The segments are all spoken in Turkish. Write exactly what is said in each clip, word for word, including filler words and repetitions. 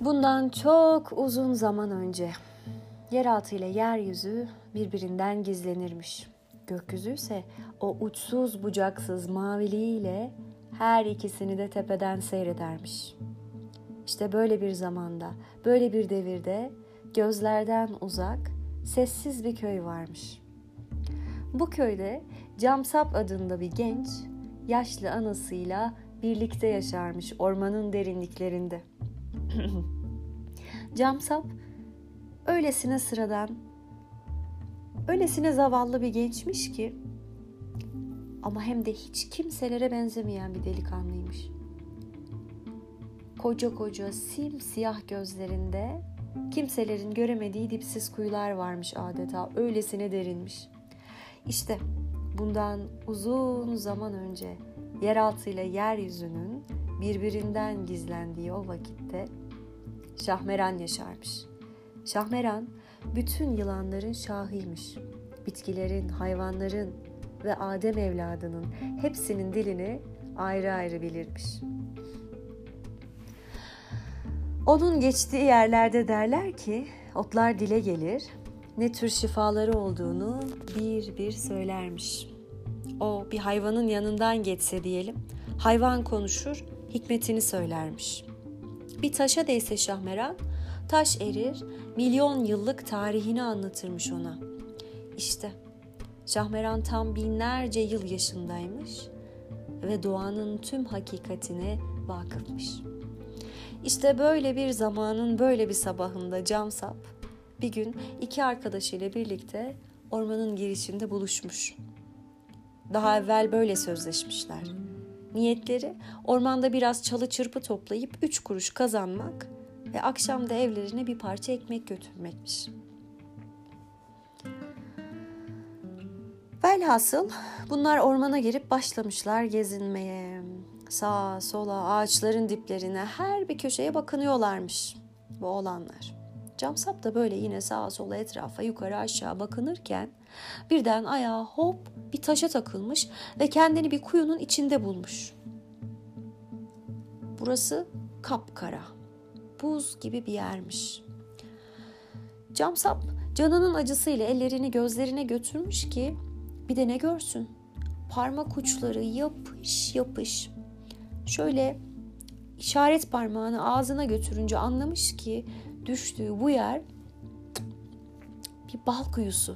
Bundan çok uzun zaman önce yeraltı ile yeryüzü birbirinden gizlenirmiş. Gökyüzü ise o uçsuz bucaksız maviliğiyle her ikisini de tepeden seyredermiş. İşte böyle bir zamanda, böyle bir devirde gözlerden uzak, sessiz bir köy varmış. Bu köyde Camsap adında bir genç, yaşlı anasıyla birlikte yaşarmış ormanın derinliklerinde. Camsap öylesine sıradan, öylesine zavallı bir gençmiş ki ama hem de hiç kimselere benzemeyen bir delikanlıymış. Koca koca simsiyah gözlerinde kimselerin göremediği dipsiz kuyular varmış adeta, öylesine derinmiş. İşte bundan uzun zaman önce yeraltıyla yeryüzünün birbirinden gizlendiği o vakitte Şahmeran yaşarmış. Şahmeran bütün yılanların şahıymış. Bitkilerin, hayvanların ve Adem evladının hepsinin dilini ayrı ayrı bilirmiş. Onun geçtiği yerlerde derler ki otlar dile gelir, ne tür şifaları olduğunu bir bir söylermiş. O bir hayvanın yanından geçse diyelim, hayvan konuşur, hikmetini söylermiş. Bir taşa değse Şahmeran, taş erir, milyon yıllık tarihini anlatırmış ona. İşte Şahmeran tam binlerce yıl yaşındaymış ve doğanın tüm hakikatine vakıfmış. İşte böyle bir zamanın böyle bir sabahında Camsap bir gün iki arkadaşıyla birlikte ormanın girişinde buluşmuş. Daha evvel böyle sözleşmişler. Niyetleri ormanda biraz çalı çırpı toplayıp üç kuruş kazanmak ve akşam da evlerine bir parça ekmek götürmekmiş. Velhasıl bunlar ormana girip başlamışlar gezinmeye. Sağa sola ağaçların diplerine her bir köşeye bakınıyorlarmış bu oğlanlar. Camsap da böyle yine sağa sola etrafa yukarı aşağı bakınırken birden ayağı hop bir taşa takılmış ve kendini bir kuyunun içinde bulmuş. Burası kapkara, buz gibi bir yermiş. Camsap canının acısıyla ellerini gözlerine götürmüş ki bir de ne görsün? Parmak uçları yapış yapış. Şöyle işaret parmağını ağzına götürünce anlamış ki düştüğü bu yer bir bal kuyusu.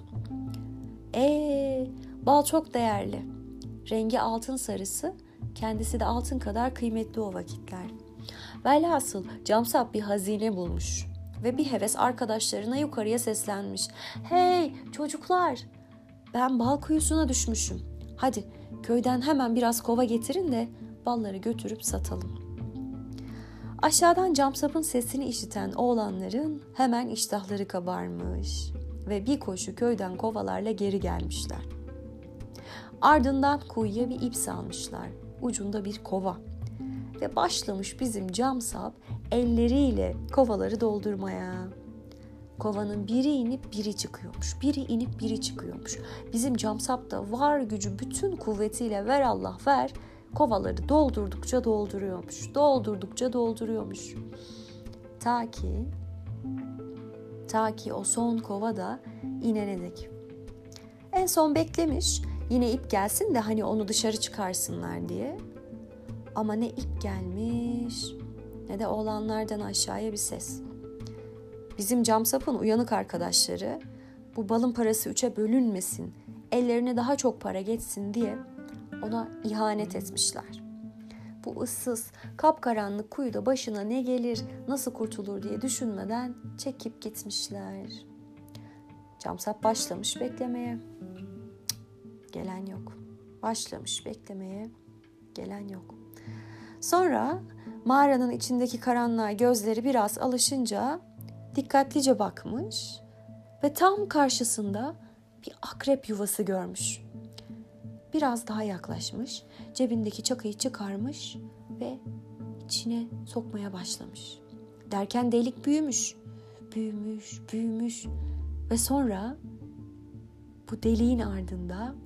Eee bal çok değerli. Rengi altın sarısı, kendisi de altın kadar kıymetli o vakitler. Velhasıl Camsap bir hazine bulmuş ve bir heves arkadaşlarına yukarıya seslenmiş. Hey çocuklar, ben bal kuyusuna düşmüşüm. Hadi köyden hemen biraz kova getirin de balları götürüp satalım. Aşağıdan Camsap'ın sesini işiten oğlanların hemen iştahları kabarmış ve bir koşu köyden kovalarla geri gelmişler. Ardından kuyuya bir ip salmışlar, ucunda bir kova ve başlamış bizim Camsap elleriyle kovaları doldurmaya. Kovanın biri inip biri çıkıyormuş, biri inip biri çıkıyormuş. Bizim Camsap da var gücü bütün kuvvetiyle ver Allah ver, kovaları doldurdukça dolduruyormuş, doldurdukça dolduruyormuş. Ta ki, ta ki o son kova da inene dek. En son beklemiş, yine ip gelsin de hani onu dışarı çıkarsınlar diye. Ama ne ip gelmiş, ne de oğlanlardan aşağıya bir ses. Bizim Camsap'ın uyanık arkadaşları bu balın parası üçe bölünmesin, ellerine daha çok para geçsin diye ona ihanet etmişler. Bu ıssız, kapkaranlık kuyuda başına ne gelir, nasıl kurtulur diye düşünmeden çekip gitmişler. Camsap başlamış beklemeye. Cık, gelen yok. Başlamış beklemeye. Gelen yok. Sonra mağaranın içindeki karanlığa gözleri biraz alışınca dikkatlice bakmış ve tam karşısında bir akrep yuvası görmüş. Biraz daha yaklaşmış, cebindeki çakıyı çıkarmış ve içine sokmaya başlamış. Derken delik büyümüş, büyümüş, büyümüş ve sonra bu deliğin ardında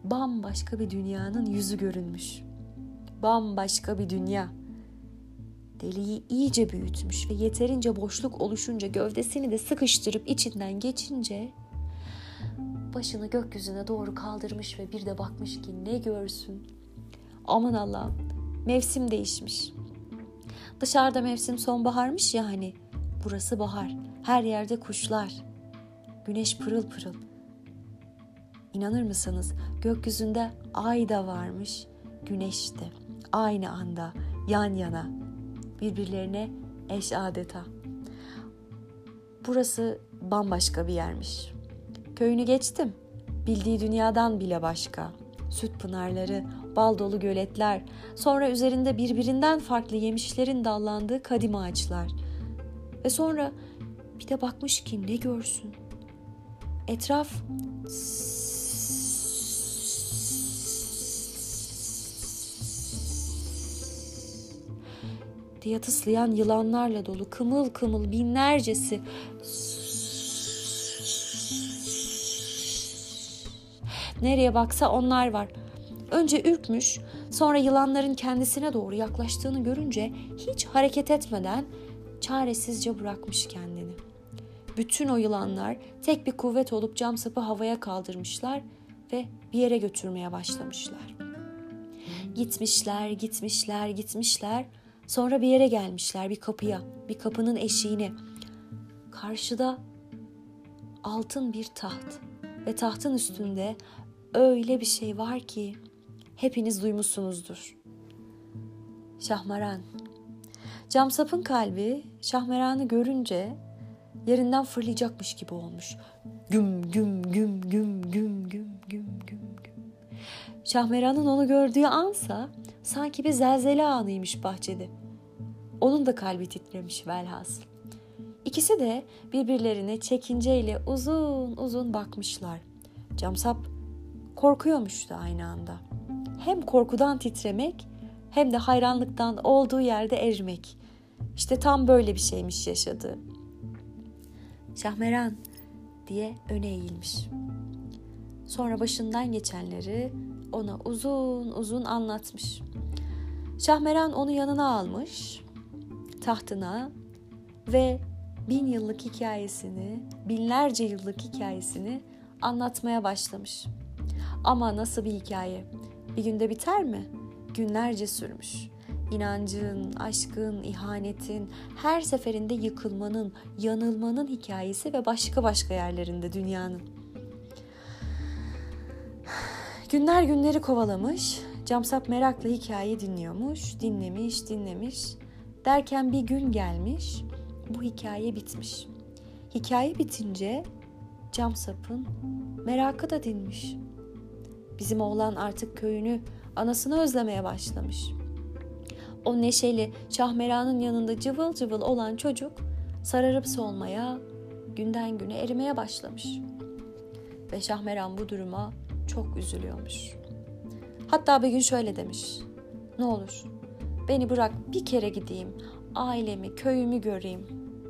bambaşka bir dünyanın yüzü görünmüş. Bambaşka bir dünya. Deliği iyice büyütmüş ve yeterince boşluk oluşunca gövdesini de sıkıştırıp içinden geçince başını gökyüzüne doğru kaldırmış ve bir de bakmış ki ne görsün. Aman Allah'ım, mevsim değişmiş. Dışarıda mevsim sonbaharmış ya hani, burası bahar. Her yerde kuşlar. Güneş pırıl pırıl. İnanır mısınız? Gökyüzünde ay da varmış, güneş de. Aynı anda, yan yana, birbirlerine eş adeta. Burası bambaşka bir yermiş. Köyünü geçtim. Bildiği dünyadan bile başka. Süt pınarları, bal dolu göletler, sonra üzerinde birbirinden farklı yemişlerin dallandığı kadim ağaçlar. Ve sonra bir de bakmış ki ne görsün. Etraf diye tıslayan yılanlarla dolu, kımıl kımıl binlercesi. Nereye baksa onlar var. Önce ürkmüş, sonra yılanların kendisine doğru yaklaştığını görünce hiç hareket etmeden çaresizce bırakmış kendini. Bütün o yılanlar tek bir kuvvet olup Camsap'ı havaya kaldırmışlar ve bir yere götürmeye başlamışlar. Gitmişler, gitmişler, gitmişler. Sonra bir yere gelmişler, bir kapıya, bir kapının eşiğine. Karşıda altın bir taht ve tahtın üstünde öyle bir şey var ki hepiniz duymuşsunuzdur. Şahmaran. Camsap'ın kalbi Şahmeran'ı görünce yerinden fırlayacakmış gibi olmuş. Güm güm güm güm güm güm güm güm güm. Şahmeran'ın onu gördüğü ansa sanki bir zelzele anıymış bahçede. Onun da kalbi titremiş velhasıl. İkisi de birbirlerine çekinceyle uzun uzun bakmışlar. Camsap korkuyormuş da aynı anda. Hem korkudan titremek hem de hayranlıktan olduğu yerde erimek. İşte tam böyle bir şeymiş yaşadığı. Şahmeran diye öne eğilmiş. Sonra başından geçenleri ona uzun uzun anlatmış. Şahmeran onu yanına almış, tahtına ve bin yıllık hikayesini, binlerce yıllık hikayesini anlatmaya başlamış. Ama nasıl bir hikaye? Bir günde biter mi? Günlerce sürmüş. İnancın, aşkın, ihanetin, her seferinde yıkılmanın, yanılmanın hikayesi ve başka başka yerlerinde dünyanın. Günler günleri kovalamış, Camsap merakla hikayeyi dinliyormuş, dinlemiş, dinlemiş. Derken bir gün gelmiş, bu hikaye bitmiş. Hikaye bitince Camsap'ın merakı da dinmiş. Bizim oğlan artık köyünü, anasını özlemeye başlamış. O neşeli Şahmeran'ın yanında cıvıl cıvıl olan çocuk sararıp solmaya, günden güne erimeye başlamış. Ve Şahmeran bu duruma çok üzülüyormuş. Hatta bir gün şöyle demiş. Ne olur beni bırak bir kere gideyim, ailemi, köyümü göreyim.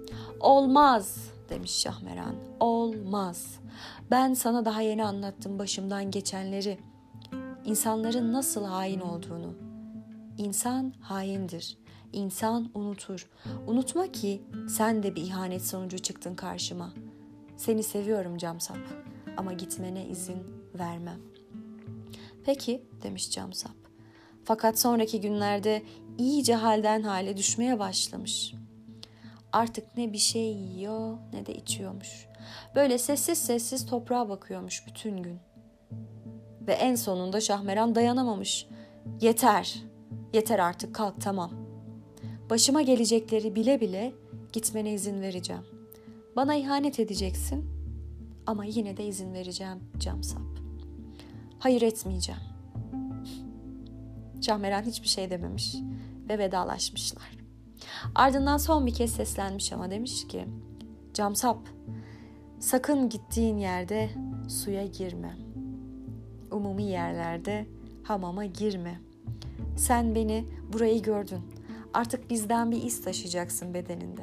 Olmaz demiş Şahmeran. Olmaz. Ben sana daha yeni anlattım başımdan geçenleri. İnsanların nasıl hain olduğunu. İnsan haindir. İnsan unutur. Unutma ki sen de bir ihanet sonucu çıktın karşıma. Seni seviyorum Camsap ama gitmene izin vermem. Peki demiş Camsap. Fakat sonraki günlerde iyice halden hale düşmeye başlamış. Artık ne bir şey yiyor ne de içiyormuş. Böyle sessiz sessiz toprağa bakıyormuş bütün gün. Ve en sonunda Şahmeran dayanamamış. Yeter, yeter artık kalk tamam. Başıma gelecekleri bile bile gitmene izin vereceğim. Bana ihanet edeceksin ama yine de izin vereceğim Camsap. Hayır etmeyeceğim. Şahmeran hiçbir şey dememiş ve vedalaşmışlar. Ardından son bir kez seslenmiş ama demiş ki, Camsap, sakın gittiğin yerde suya girme. Umumi yerlerde hamama girme. Sen beni burayı gördün. Artık bizden bir iz taşıyacaksın bedeninde.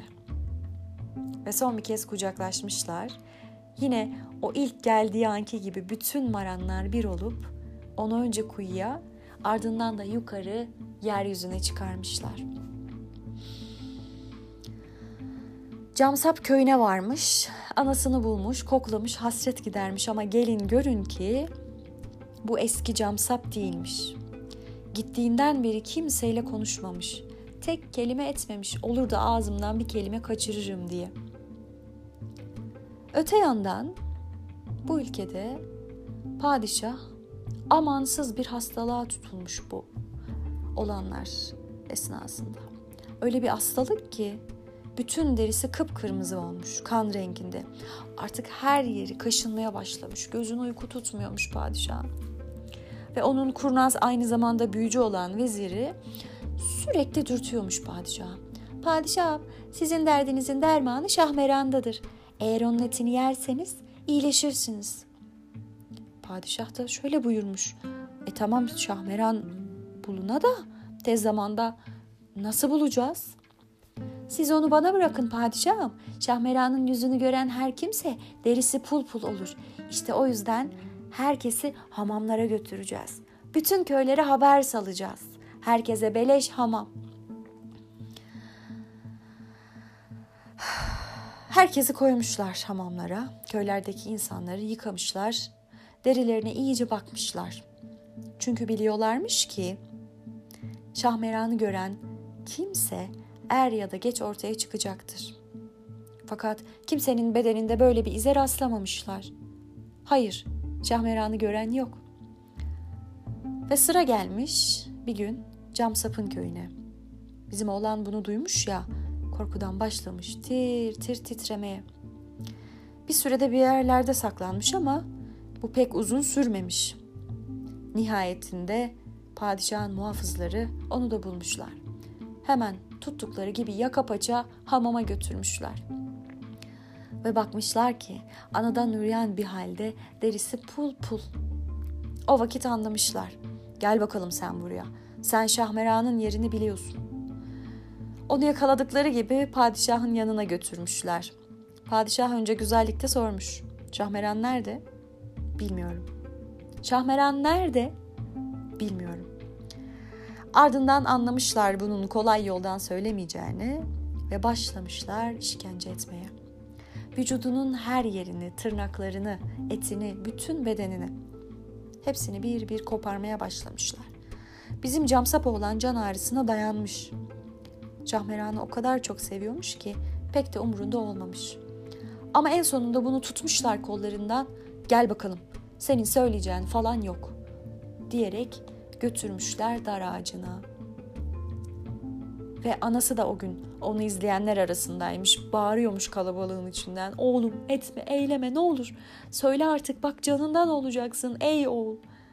Ve son bir kez kucaklaşmışlar. Yine o ilk geldiği anki gibi bütün maranlar bir olup onu önce kuyuya, ardından da yukarı yeryüzüne çıkarmışlar. Camsap köyüne varmış, anasını bulmuş, koklamış, hasret gidermiş ama gelin görün ki bu eski Camsap değilmiş. Gittiğinden beri kimseyle konuşmamış, tek kelime etmemiş, olur da ağzımdan bir kelime kaçırırım diye. Öte yandan bu ülkede padişah amansız bir hastalığa tutulmuş bu olanlar esnasında. Öyle bir hastalık ki bütün derisi kıpkırmızı olmuş, kan renginde. Artık her yeri kaşınmaya başlamış, gözün uyku tutmuyormuş padişahın. Ve onun kurnaz aynı zamanda büyücü olan veziri sürekli dürtüyormuş padişahı. Padişahım, sizin derdinizin dermanı Şahmeran'dadır. Eğer onun etini yerseniz iyileşirsiniz. Padişah da şöyle buyurmuş. E tamam Şahmeran buluna da tez zamanda nasıl bulacağız? Siz onu bana bırakın padişahım. Şahmeran'ın yüzünü gören her kimse derisi pul pul olur. İşte o yüzden herkesi hamamlara götüreceğiz. Bütün köylere haber salacağız. Herkese beleş hamam. Herkesi koymuşlar hamamlara. Köylerdeki insanları yıkamışlar. Derilerine iyice bakmışlar. Çünkü biliyorlarmış ki Şahmeran'ı gören kimse er ya da geç ortaya çıkacaktır. Fakat kimsenin bedeninde böyle bir ize rastlamamışlar. Hayır, Şahmeran'ı gören yok. Ve sıra gelmiş bir gün Camsap'ın köyüne. Bizim oğlan bunu duymuş ya, korkudan başlamış tir tir titremeye. Bir sürede bir yerlerde saklanmış ama bu pek uzun sürmemiş. Nihayetinde padişahın muhafızları onu da bulmuşlar. Hemen tuttukları gibi yaka paça hamama götürmüşler. Ve bakmışlar ki anadan üreyen bir halde derisi pul pul. O vakit anlamışlar. Gel bakalım sen buraya. Sen Şahmeran'ın yerini biliyorsun. Onu yakaladıkları gibi padişahın yanına götürmüşler. Padişah önce güzellikte sormuş. Şahmeran nerede? Bilmiyorum. Şahmeran nerede? Bilmiyorum. Ardından anlamışlar bunun kolay yoldan söylemeyeceğini ve başlamışlar işkence etmeye. Vücudunun her yerini, tırnaklarını, etini, bütün bedenini, hepsini bir bir koparmaya başlamışlar. Bizim Camsap oğlan can ağrısına dayanmış. Şahmeran'ı o kadar çok seviyormuş ki pek de umurunda olmamış. Ama en sonunda bunu tutmuşlar kollarından. Gel bakalım, senin söyleyeceğin falan yok diyerek götürmüşler dar ağacına. Ve anası da o gün onu izleyenler arasındaymış. Bağırıyormuş kalabalığın içinden. Oğlum etme, eyleme ne olur. Söyle artık bak canından olacaksın ey oğul.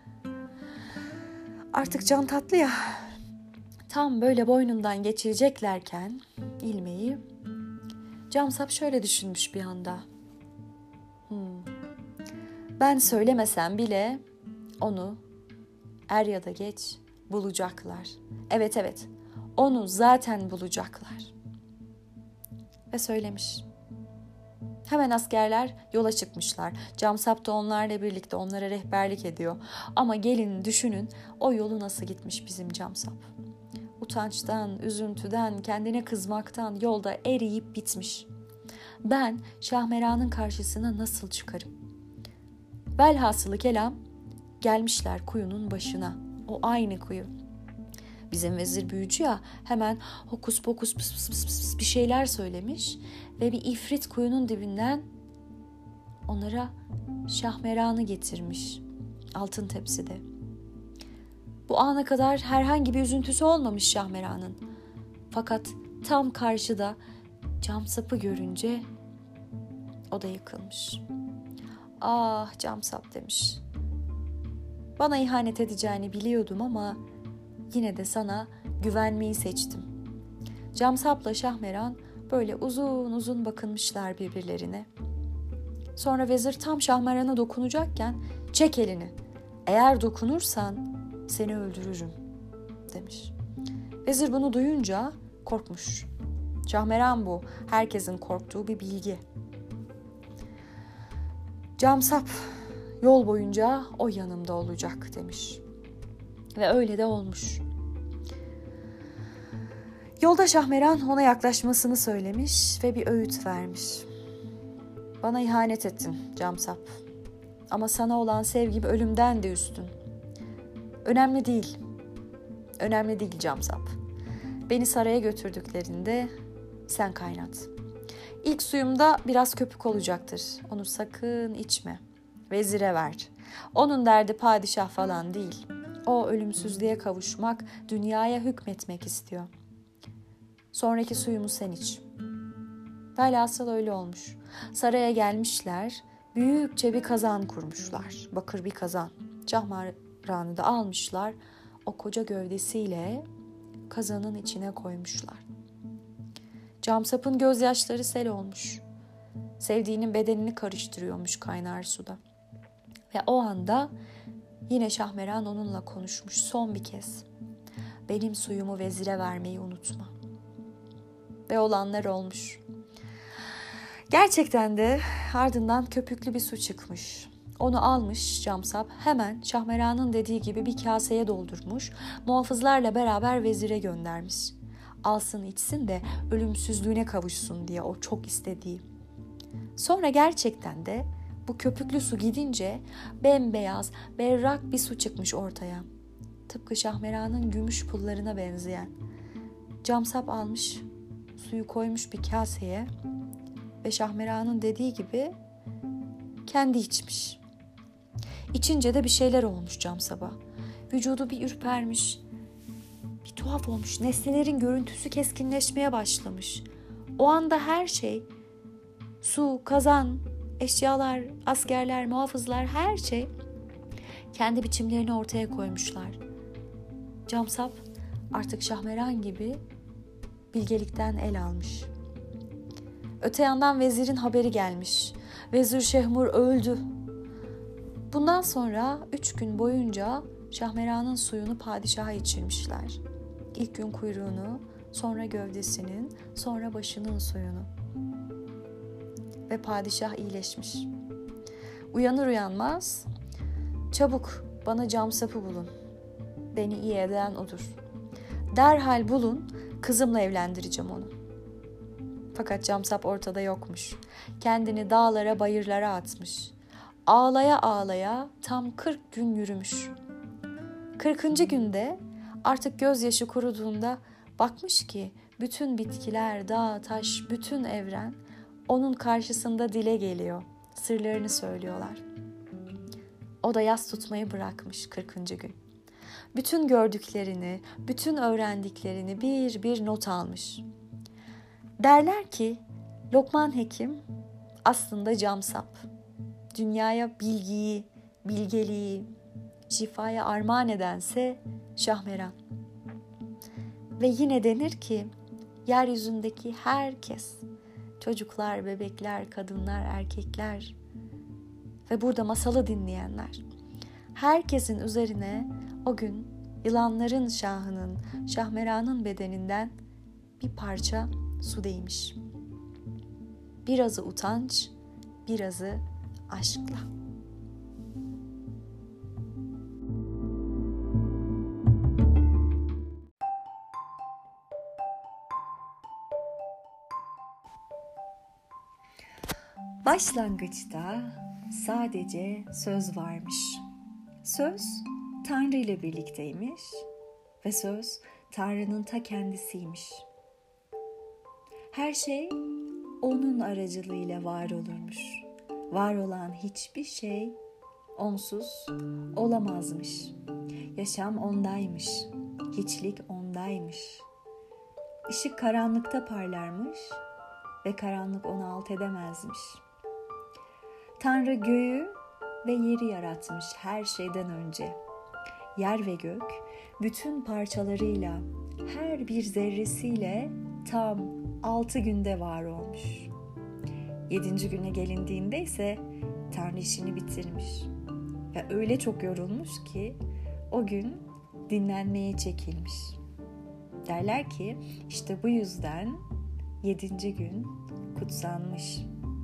Artık can tatlı ya. Tam böyle boynundan geçireceklerken ilmeği Camsap şöyle düşünmüş bir anda. Hmm. Ben söylemesem bile onu er ya da geç bulacaklar. Evet evet, onu zaten bulacaklar. Ve söylemiş. Hemen askerler yola çıkmışlar. Camsap da onlarla birlikte onlara rehberlik ediyor. Ama gelin düşünün o yolu nasıl gitmiş bizim Camsap. Utançtan, üzüntüden, kendine kızmaktan yolda eriyip bitmiş. Ben Şahmeran'ın karşısına nasıl çıkarım? Velhasılı kelam gelmişler kuyunun başına. O aynı kuyu. Bizim vezir büyücü ya hemen hokus pokus pıs pıs pıs pıs bir şeyler söylemiş ve bir ifrit kuyunun dibinden onlara Şahmeran'ı getirmiş altın tepside. Bu ana kadar herhangi bir üzüntüsü olmamış Şahmeran'ın. Fakat tam karşıda Camsap'ı görünce o da yıkılmış. Ah Camsap demiş. Bana ihanet edeceğini biliyordum ama yine de sana güvenmeyi seçtim. Camsap'la Şahmeran böyle uzun uzun bakınmışlar birbirlerine. Sonra vezir tam Şahmeran'a dokunacakken çek elini. Eğer dokunursan seni öldürürüm demiş. Vezir bunu duyunca korkmuş. Şahmeran bu. Herkesin korktuğu bir bilgi. Camsap yol boyunca o yanımda olacak demiş. Ve öyle de olmuş. Yolda Şahmeran ona yaklaşmasını söylemiş ve bir öğüt vermiş. Bana ihanet ettin Camsap. Ama sana olan sevgim ölümden de üstün. Önemli değil. Önemli değil Camsap. Beni saraya götürdüklerinde sen kaynat. İlk suyumda biraz köpük olacaktır. Onu sakın içme. Vezire ver. Onun derdi padişah falan değil. O ölümsüzlüğe kavuşmak, dünyaya hükmetmek istiyor. Sonraki suyumu sen iç. Velhasıl öyle olmuş. Saraya gelmişler, büyükçe bir kazan kurmuşlar. Bakır bir kazan. Şahmeran'ı da almışlar. O koca gövdesiyle kazanın içine koymuşlar. Camsap'ın gözyaşları sel olmuş. Sevdiğinin bedenini karıştırıyormuş kaynar suda. Ve o anda yine Şahmeran onunla konuşmuş son bir kez. Benim suyumu vezire vermeyi unutma. Ve olanlar olmuş. Gerçekten de ardından köpüklü bir su çıkmış. Onu almış Camsap, hemen Şahmeran'ın dediği gibi bir kaseye doldurmuş, muhafızlarla beraber vezire göndermiş. Alsın içsin de ölümsüzlüğüne kavuşsun diye, o çok istediği. Sonra gerçekten de bu köpüklü su gidince bembeyaz, berrak bir su çıkmış ortaya. Tıpkı Şahmeran'ın gümüş pullarına benzeyen. Camsap almış, suyu koymuş bir kaseye ve Şahmeran'ın dediği gibi kendi içmiş. İçince de bir şeyler olmuş Camsap'a. Vücudu bir ürpermiş, bir tuhaf olmuş. Nesnelerin görüntüsü keskinleşmeye başlamış. O anda her şey, su, kazan, eşyalar, askerler, muhafızlar, her şey kendi biçimlerini ortaya koymuşlar. Camsap artık Şahmeran gibi bilgelikten el almış. Öte yandan vezirin haberi gelmiş. Vezir Şehmur öldü. Bundan sonra üç gün boyunca Şahmeran'ın suyunu padişaha içirmişler. İlk gün kuyruğunu, sonra gövdesinin, sonra başının suyunu. Ve padişah iyileşmiş. Uyanır uyanmaz, çabuk bana Camsap'ı bulun. Beni iyi eden odur. Derhal bulun, kızımla evlendireceğim onu. Fakat Camsap ortada yokmuş. Kendini dağlara bayırlara atmış. Ağlaya ağlaya tam kırk gün yürümüş. Kırkıncı günde artık gözyaşı kuruduğunda bakmış ki bütün bitkiler, dağ, taş, bütün evren onun karşısında dile geliyor. Sırlarını söylüyorlar. O da yas tutmayı bırakmış kırkıncı gün. Bütün gördüklerini, bütün öğrendiklerini bir bir not almış. Derler ki Lokman Hekim aslında Camsap. Dünyaya bilgiyi, bilgeliği, şifaya armağan edense Şahmeran. Ve yine denir ki yeryüzündeki herkes, çocuklar, bebekler, kadınlar, erkekler ve burada masalı dinleyenler, herkesin üzerine o gün yılanların şahının, Şahmeran'ın bedeninden bir parça su değmiş. Birazı utanç, birazı aşkla. Başlangıçta sadece söz varmış. Söz Tanrı ile birlikteymiş ve söz Tanrı'nın ta kendisiymiş. Her şey onun aracılığıyla var olurmuş. Var olan hiçbir şey onsuz olamazmış. Yaşam ondaymış, hiçlik ondaymış. Işık karanlıkta parlarmış ve karanlık onu alt edemezmiş. Tanrı göğü ve yeri yaratmış her şeyden önce. Yer ve gök bütün parçalarıyla, her bir zerresiyle tam altı günde var olmuş. Yedinci güne gelindiğinde ise Tanrı işini bitirmiş ve öyle çok yorulmuş ki o gün dinlenmeye çekilmiş. Derler ki işte bu yüzden yedinci gün kutsanmış.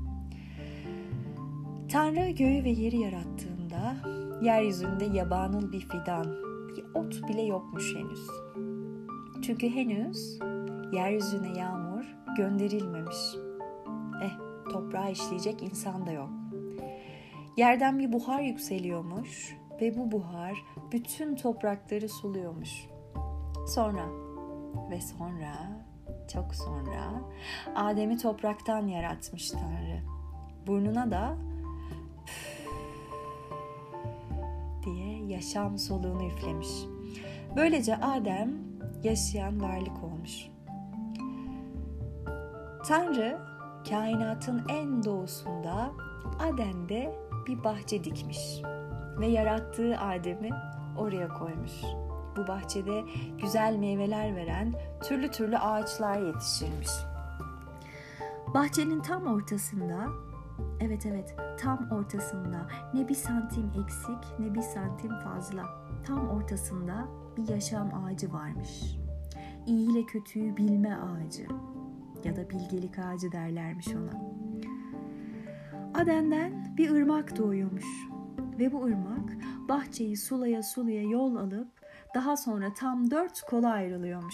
Tanrı göğü ve yeri yarattığında yeryüzünde yabanıl bir fidan, bir ot bile yokmuş henüz. Çünkü henüz Yeryüzüne yağmur gönderilmemiş. Eh, toprağa işleyecek insan da yok. Yerden bir buhar yükseliyormuş ve bu buhar bütün toprakları suluyormuş. Sonra ve sonra, çok sonra Adem'i topraktan yaratmış Tanrı. Burnuna da diye yaşam soluğunu üflemiş. Böylece Adem yaşayan varlık olmuş. Tanrı kainatın en doğusunda Aden'de bir bahçe dikmiş ve yarattığı Adem'i oraya koymuş. Bu bahçede güzel meyveler veren türlü türlü ağaçlar yetişirmiş. Bahçenin tam ortasında, evet evet tam ortasında ne bir santim eksik ne bir santim fazla, tam ortasında bir yaşam ağacı varmış. İyi ile kötüyü bilme ağacı ya da bilgelik ağacı derlermiş ona. Aden'den bir ırmak doğuyormuş ve bu ırmak bahçeyi sulaya sulaya yol alıp daha sonra tam dört kola ayrılıyormuş.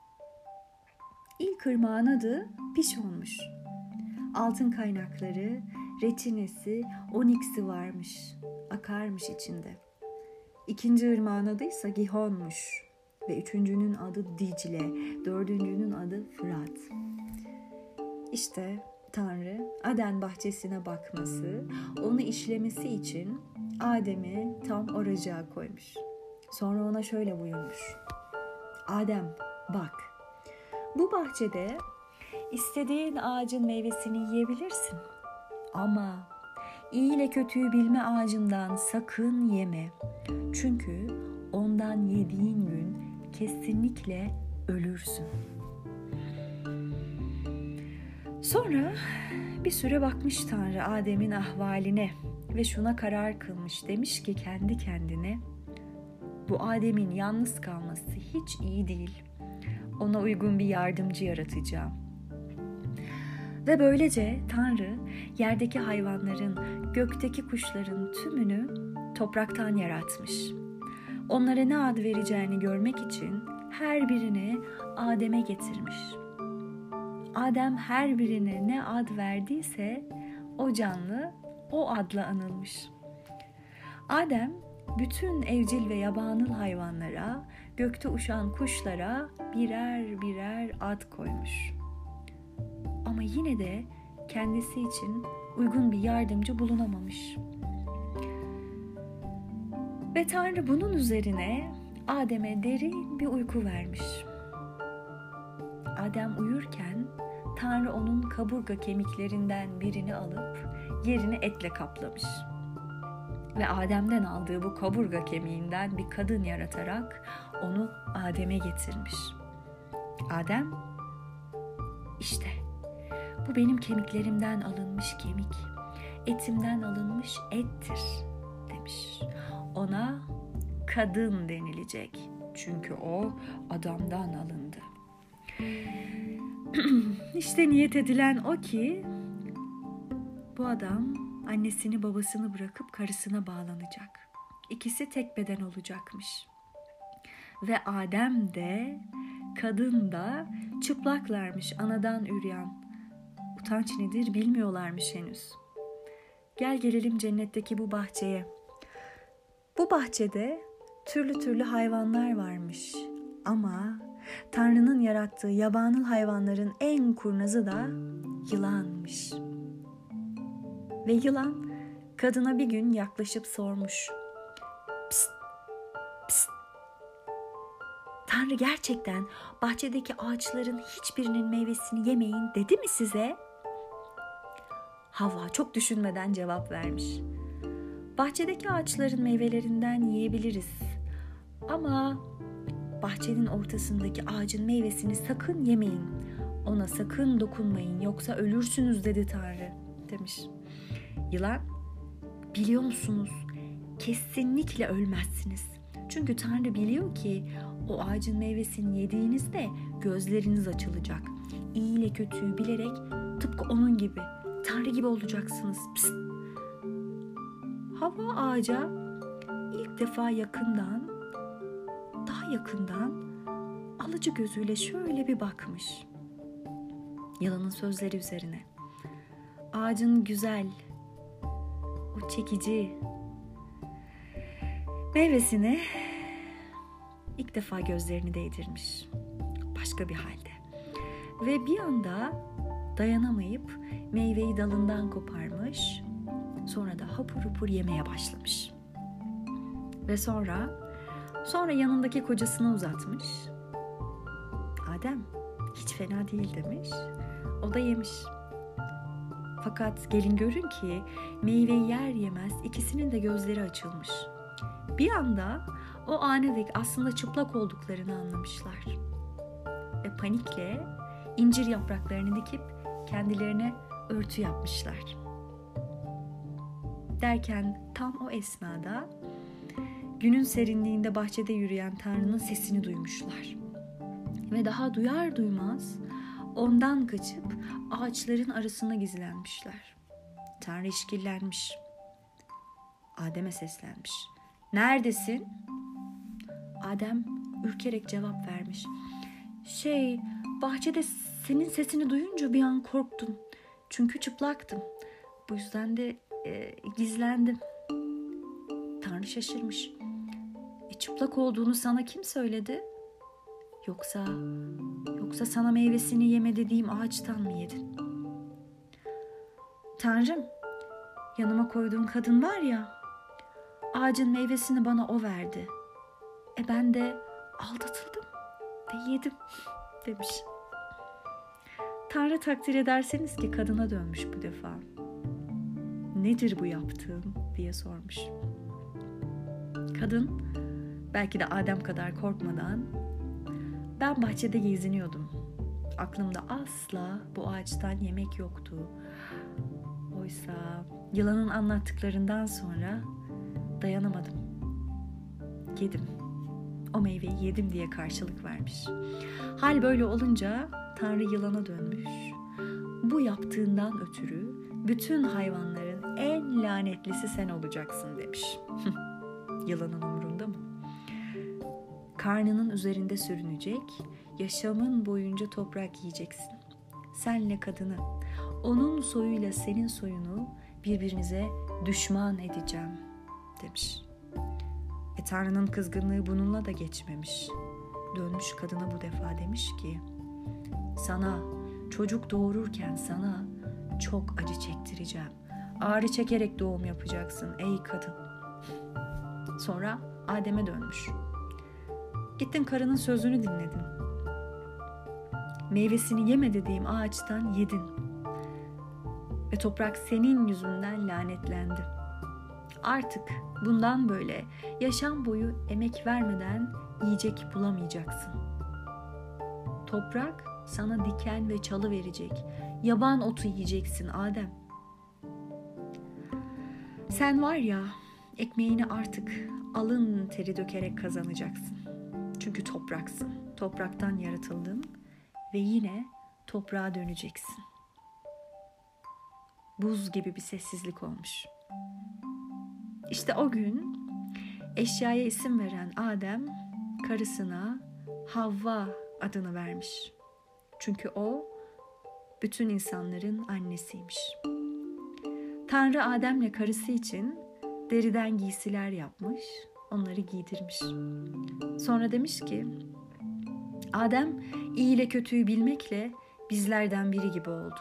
İlk ırmağın adı Pişon'muş. Altın kaynakları, reçinesi, oniksi varmış, akarmış içinde. İkinci ırmağın adı ise Gihon'muş ve üçüncünün adı Dicle, dördüncünün adı Fırat. İşte Tanrı Aden bahçesine bakması, onu işlemesi için Adem'i tam oracığa koymuş. Sonra ona şöyle buyurmuş: Adem bak, bu bahçede istediğin ağacın meyvesini yiyebilirsin. Ama iyi ile kötüyü bilme ağacından sakın yeme. Çünkü ondan yediğin gün kesinlikle ölürsün. Sonra bir süre bakmış Tanrı Adem'in ahvaline ve şuna karar kılmış. Demiş ki kendi kendine, bu Adem'in yalnız kalması hiç iyi değil. Ona uygun bir yardımcı yaratacağım. Ve böylece Tanrı yerdeki hayvanların, gökteki kuşların tümünü topraktan yaratmış. Onlara ne ad vereceğini görmek için her birini Adem'e getirmiş. Adem her birine ne ad verdiyse o canlı o adla anılmış. Adem bütün evcil ve yabanıl hayvanlara, gökte uçan kuşlara birer birer ad koymuş. Ama yine de kendisi için uygun bir yardımcı bulunamamış. Ve Tanrı bunun üzerine Adem'e derin bir uyku vermiş. Adem uyurken Tanrı onun kaburga kemiklerinden birini alıp yerini etle kaplamış. Ve Adem'den aldığı bu kaburga kemiğinden bir kadın yaratarak onu Adem'e getirmiş. Adem, işte bu benim kemiklerimden alınmış kemik, etimden alınmış ettir demiş. Ona kadın denilecek çünkü o adamdan alındı. İşte niyet edilen o ki bu adam annesini babasını bırakıp karısına bağlanacak. İkisi tek beden olacakmış. Ve Adem de kadın da çıplaklarmış, anadan üryan. Utanç nedir bilmiyorlarmış henüz. Gel gelelim cennetteki bu bahçeye. Bu bahçede türlü türlü hayvanlar varmış. Ama Tanrı'nın yarattığı yabanıl hayvanların en kurnazı da yılanmış. Ve yılan kadına bir gün yaklaşıp sormuş. Psst, psst. Tanrı gerçekten bahçedeki ağaçların hiçbirinin meyvesini yemeyin dedi mi size? Havva çok düşünmeden cevap vermiş. Bahçedeki ağaçların meyvelerinden yiyebiliriz. Ama bahçenin ortasındaki ağacın meyvesini sakın yemeyin. Ona sakın dokunmayın yoksa ölürsünüz dedi Tanrı demiş. Yılan, biliyor musunuz? Kesinlikle ölmezsiniz. Çünkü Tanrı biliyor ki o ağacın meyvesini yediğinizde gözleriniz açılacak. İyi ile kötüyü bilerek tıpkı onun gibi, Tanrı gibi olacaksınız. Psst. Havva ağaca ilk defa yakından, daha yakından alıcı gözüyle şöyle bir bakmış yılanın sözleri üzerine. Ağacın güzel, o çekici meyvesine ilk defa gözlerini değdirmiş. Başka bir halde. Ve bir anda dayanamayıp meyveyi dalından koparmış. Sonra da hapur hapur yemeye başlamış. Ve sonra, sonra yanındaki kocasına uzatmış. Adem, hiç fena değil demiş. O da yemiş. Fakat gelin görün ki meyveyi yer yemez ikisinin de gözleri açılmış. Bir anda o ana dek aslında çıplak olduklarını anlamışlar. Ve panikle incir yapraklarını dikip kendilerine örtü yapmışlar. Derken tam o esnada günün serinliğinde bahçede yürüyen Tanrı'nın sesini duymuşlar. Ve daha duyar duymaz ondan kaçıp ağaçların arasına gizlenmişler. Tanrı işkillenmiş. Adem'e seslenmiş. Neredesin? Adem ürkerek cevap vermiş. Şey, bahçede senin sesini duyunca bir an korktum. Çünkü çıplaktım. Bu yüzden de e, gizlendim. Tanrı şaşırmış. E, çıplak olduğunu sana kim söyledi? Yoksa, yoksa sana meyvesini yeme dediğim ağaçtan mı yedin? Tanrım, yanıma koyduğun kadın var ya, ağacın meyvesini bana o verdi. E ben de aldatıldım ve yedim demiş. Tanrı takdir ederseniz ki kadına dönmüş bu defa. Nedir bu yaptığın diye sormuş. Kadın belki de Adem kadar korkmadan ben bahçede geziniyordum. Aklımda asla bu ağaçtan yemek yoktu. Oysa yılanın anlattıklarından sonra dayanamadım. Yedim. O meyveyi yedim diye karşılık vermiş. Hal böyle olunca Tanrı yılana dönmüş. Bu yaptığından ötürü bütün hayvanların en lanetlisi sen olacaksın demiş. Yılanın umurunda mı? Karnının üzerinde sürünecek, yaşamın boyunca toprak yiyeceksin. Senle kadını, onun soyuyla senin soyunu birbirinize düşman edeceğim demiş. E Tanrı'nın kızgınlığı bununla da geçmemiş. Dönmüş kadına bu defa demiş ki, sana çocuk doğururken sana çok acı çektireceğim. Ağrı çekerek doğum yapacaksın ey kadın. Sonra Adem'e dönmüş. Gittin karının sözünü dinledin. Meyvesini yeme dediğim ağaçtan yedin. Ve toprak senin yüzünden lanetlendi. Artık bundan böyle yaşam boyu emek vermeden yiyecek bulamayacaksın. Toprak sana diken ve çalı verecek. Yaban otu yiyeceksin Adem. Sen var ya, ekmeğini artık alın teri dökerek kazanacaksın. Çünkü topraksın. Topraktan yaratıldın ve yine toprağa döneceksin. Buz gibi bir sessizlik olmuş. İşte o gün eşyaya isim veren Adem karısına Havva adını vermiş. Çünkü o bütün insanların annesiymiş. Tanrı Adem'le karısı için deriden giysiler yapmış, onları giydirmiş. Sonra demiş ki, Adem iyi ile kötüyü bilmekle bizlerden biri gibi oldu.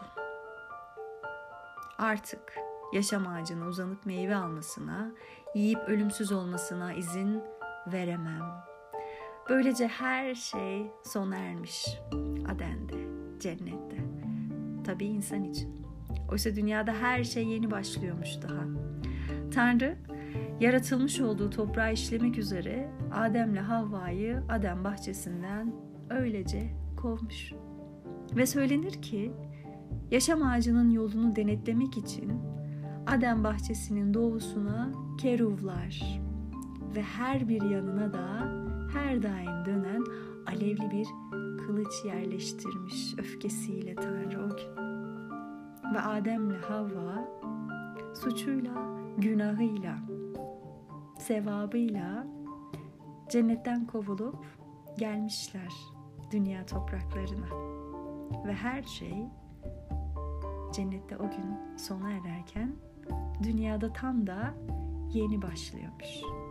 Artık yaşam ağacına uzanıp meyve almasına, yiyip ölümsüz olmasına izin veremem. Böylece her şey sona ermiş. Aden'de, cennette. Tabii insan için. Oysa dünyada her şey yeni başlıyormuş daha. Tanrı, yaratılmış olduğu toprağı işlemek üzere Adem'le Havva'yı Adem bahçesinden öylece kovmuş. Ve söylenir ki, yaşam ağacının yolunu denetlemek için Adem bahçesinin doğusuna keruvlar ve her bir yanına da her daim dönen alevli bir kılıç yerleştirmiş öfkesiyle Tanrı o gün. Ve Adem'le Havva suçuyla, günahıyla, sevabıyla cennetten kovulup gelmişler dünya topraklarına. Ve her şey cennette o gün sona ererken dünyada tam da yeni başlıyormuş.